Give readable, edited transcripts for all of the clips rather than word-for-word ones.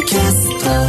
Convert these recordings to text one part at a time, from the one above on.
キャスト。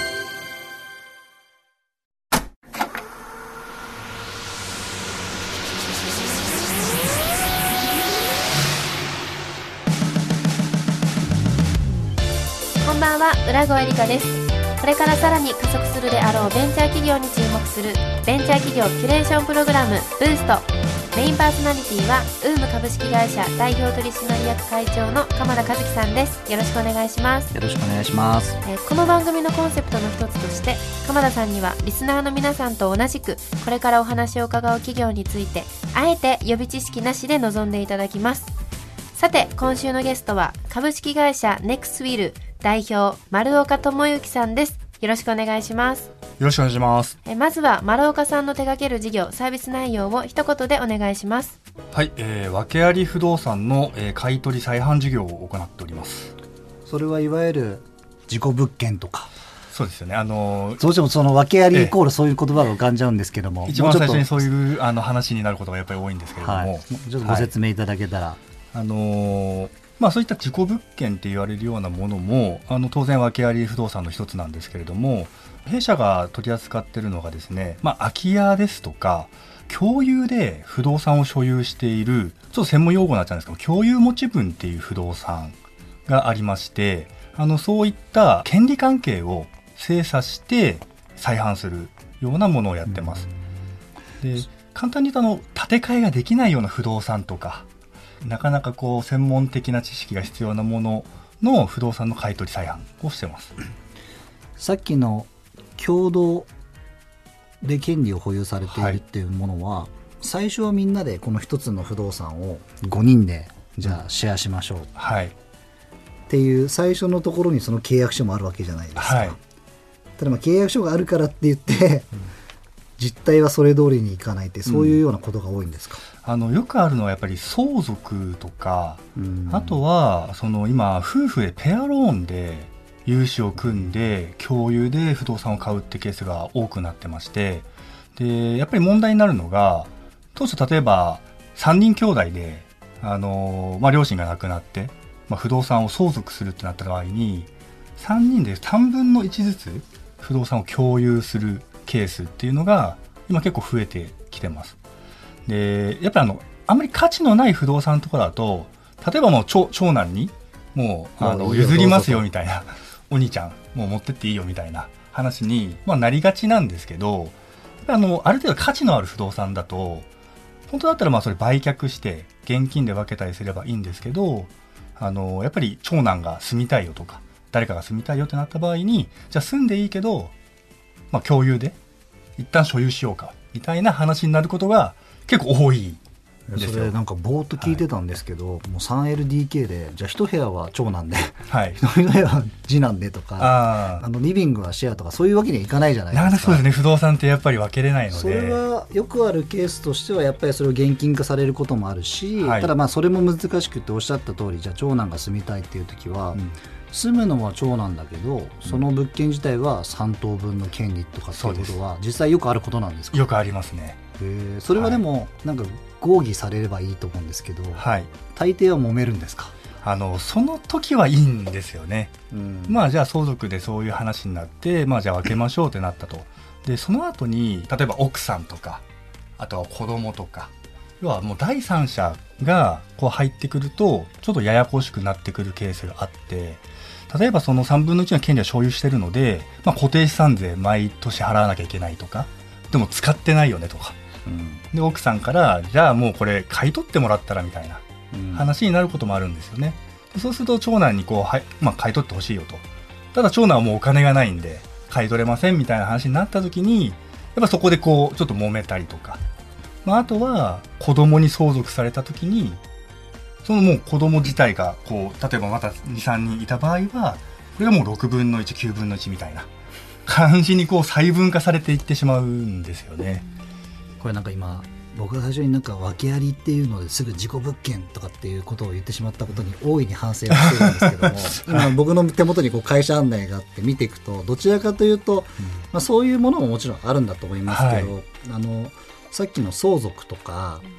こんばんは、浦越理香です。これからさらに加速するであろうベンチャー企業に注目するベンチャー企業キュレーションプログラムブースト。メインパーソナリティはウーム株式会社代表取締役会長の鎌田和樹さんです。よろしくお願いします。 よろしくお願いします。 この番組のコンセプトの一つとして鎌田さんにはリスナーの皆さんと同じくこれからお話を伺う企業についてあえて予備知識なしで臨んでいただきます。さて今週のゲストは株式会社ネクスウィル代表丸岡智之さんです。よろしくお願いします。 よろしくお願いします。 まずは丸岡さんの手掛ける事業サービス内容を一言でお願いします。 はい、訳あり不動産の、買い取り再販事業を行っております。 それはいわゆる事故物件とか。 そうですよね。 どうしてもその訳ありイコールそういう言葉が浮かんじゃうんですけども、 一番最初にそういう話になることがやっぱり多いんですけれども、 はい、ちょっとご説明いただけたら。 そういった事故物件って言われるようなものも当然訳あり不動産の一つなんですけれども、弊社が取り扱っているのがですね、空き家ですとか共有で不動産を所有している、ちょっと専門用語になっちゃうんですけど、共有持ち分っていう不動産がありまして、そういった権利関係を精査して再販するようなものをやってます。で、簡単に言うと建て替えができないような不動産とか、なかなか専門的な知識が必要なものの不動産の買い取り再販をしてます。 さっきの共同で権利を保有されているっていうものは、最初はみんなでこの一つの不動産を5人でじゃあシェアしましょう、っていう最初のところにその契約書もあるわけじゃないですか、ただ契約書があるからって言って、実態はそれ通りにいかないって、そういうようなことが多いんですか？ よくあるのはやっぱり相続とか、あとは今夫婦でペアローンで融資を組んで共有で不動産を買うってケースが多くなってまして、でやっぱり問題になるのが、当初例えば3人兄弟で、両親が亡くなって、不動産を相続するってなった場合に、3人で3分の1ずつ不動産を共有するケースっていうのが今結構増えてきてます。でやっぱりあんまり価値のない不動産とかだと、例えばもう長男にもう譲りますよみたいな、お兄ちゃんもう持ってっていいよみたいな話に、なりがちなんですけど、ある程度価値のある不動産だと、本当だったらそれ売却して現金で分けたりすればいいんですけど、やっぱり長男が住みたいよとか誰かが住みたいよってなった場合に、じゃあ住んでいいけど、共有で一旦所有しようかみたいな話になることが結構多いですよ。 それなんかぼーっと聞いてたんですけど、もう 3LDK でじゃあ1部屋は長男で、1部屋は次男でとか、リビングはシェアとか、そういうわけにはいかないじゃないですか。 そうですね、不動産ってやっぱり分けれないので、 それはよくあるケースとしてはやっぱりそれを現金化されることもあるし、ただそれも難しくて、おっしゃった通り、じゃあ長男が住みたいっていう時は、住むのは長男だけど、その物件自体は3等分の権利とかっていうことは実際よくあることなんですか？ よくありますね。 それはでもなんか合議されればいいと思うんですけど、大抵は揉めるんですか？ その時はいいんですよね、じゃあ相続でそういう話になって、じゃあ分けましょうってなったと。でその後に例えば奥さんとか、あとは子供とか、要はもう第三者が入ってくるとちょっとややこしくなってくるケースがあって、例えばその3分の1の権利は所有してるので、固定資産税毎年払わなきゃいけないとか、でも使ってないよねとか、で奥さんからじゃあもうこれ買い取ってもらったらみたいな話になることもあるんですよね。でそうすると長男に買い取ってほしいよと。ただ長男はもうお金がないんで買い取れませんみたいな話になった時に、やっぱそこでちょっと揉めたりとか、あとは子供に相続された時に、そのもう子供自体が例えばまた 2,3 人いた場合は、これがもう6分の1、9分の1みたいな感じに細分化されていってしまうんですよね。 これなんか今僕が最初になんか訳ありっていうのですぐ事故物件とかっていうことを言ってしまったことに大いに反省をしてるんですけども今僕の手元に会社案内があって見ていくと、どちらかというと、そういうものももちろんあるんだと思いますけど、さっきの相続とか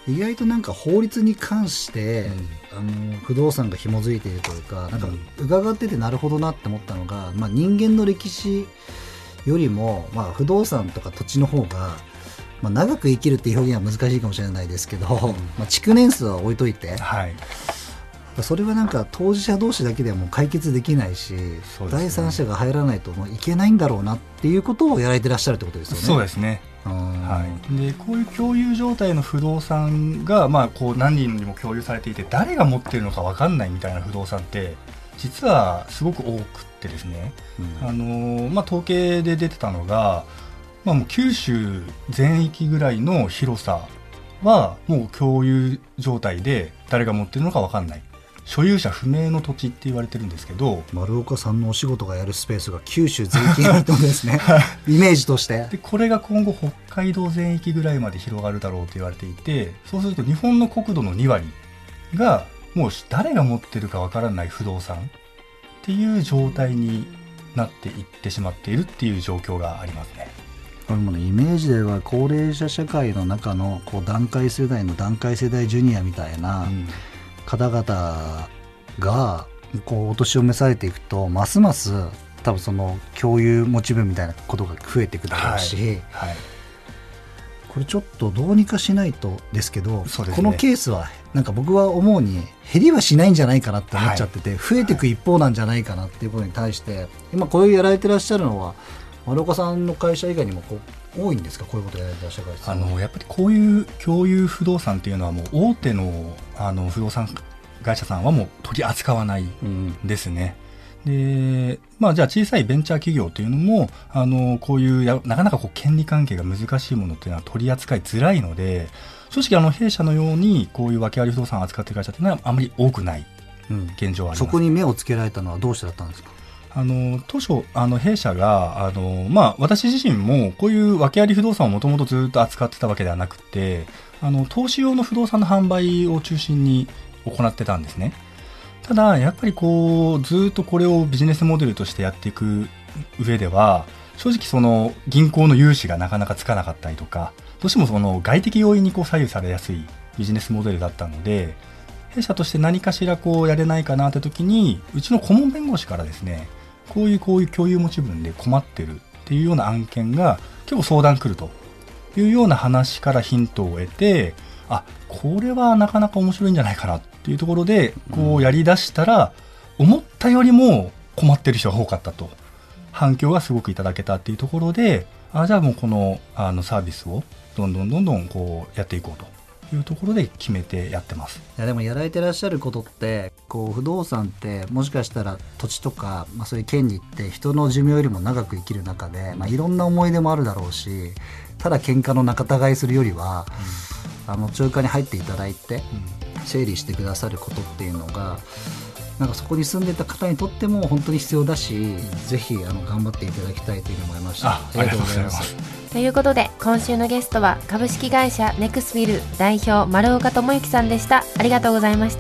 意外となんか法律に関して、不動産が紐づいているというか、なんか伺っててなるほどなって思ったのが、人間の歴史よりも、不動産とか土地の方が、長く生きるっていう表現は難しいかもしれないですけど、築年数は置いといて、それはなんか当事者同士だけではもう解決できないし、第三者が入らないともういけないんだろうなっていうことをやられてらっしゃるってことですよね。 そうですね。でこういう共有状態の不動産が、こう何人にも共有されていて、誰が持っているのか分かんないみたいな不動産って実はすごく多くってですね、統計で出てたのが、もう九州全域ぐらいの広さはもう共有状態で、誰が持っているのか分かんない、所有者不明の土地って言われてるんですけど、 丸岡さんのお仕事がやるスペースが九州全域にあるってことですねイメージとして。 でこれが今後北海道全域ぐらいまで広がるだろうと言われていて、そうすると日本の国土の2割がもう誰が持ってるか分からない不動産っていう状態になっていってしまっているっていう状況がありますね。 イメージでは高齢者社会の中のこう団塊世代の団塊世代ジュニアみたいな方々がこうお年を召されていくと、ますます多分その共有持ち分みたいなことが増えていくだろうし、これちょっとどうにかしないとですけど、このケースはなんか僕は思うに減りはしないんじゃないかなって思っちゃってて、増えていく一方なんじゃないかなっていうことに対して、今こういうやられてらっしゃるのは丸岡さんの会社以外にも多いんですか？こういうことやられてらっしゃる会社。 やっぱりこういう共有不動産っていうのはもう大手の不動産会社さんはもう取り扱わないですね。でじゃあ小さいベンチャー企業というのもこういうなかなか権利関係が難しいものっていうのは取り扱いづらいので、正直弊社のようにこういう訳あり不動産を扱っている会社っていうのはあまり多くない現状はあります。 そこに目をつけられたのはどうしてだったんですか？ 当初弊社が私自身もこういう訳あり不動産をもともとずっと扱ってたわけではなくて、投資用の不動産の販売を中心に行ってたんですね。ただやっぱりずっとこれをビジネスモデルとしてやっていく上では、正直その銀行の融資がなかなかつかなかったりとか、どうしてもその外的要因に左右されやすいビジネスモデルだったので、弊社として何かしらやれないかなって時に、うちの顧問弁護士からですね、こういう共有持ち分で困ってるっていうような案件が結構相談来るというような話からヒントを得て、これはなかなか面白いんじゃないかなっていうところでやり出したら、思ったよりも困ってる人が多かったと、反響がすごくいただけたっていうところで、じゃあもうこのサービスをどんどんやっていこうというところで決めてやってます。 いやでもやられてらっしゃることって不動産ってもしかしたら土地とか、そういう権利って人の寿命よりも長く生きる中で、いろんな思い出もあるだろうし、ただ喧嘩の仲違いするよりは、仲介に入っていただいて整理してくださることっていうのが、なんかそこに住んでた方にとっても本当に必要だし、ぜひ頑張っていただきたいというふうに思いました。 ありがとうございます。 ということで今週のゲストは株式会社ネクスビル代表丸岡智之さんでした。ありがとうございました。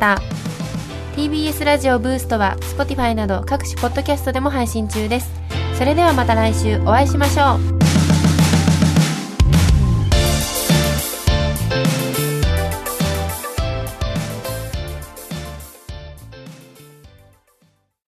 TBS ラジオブーストは Spotify など各種ポッドキャストでも配信中です。それではまた来週お会いしましょう。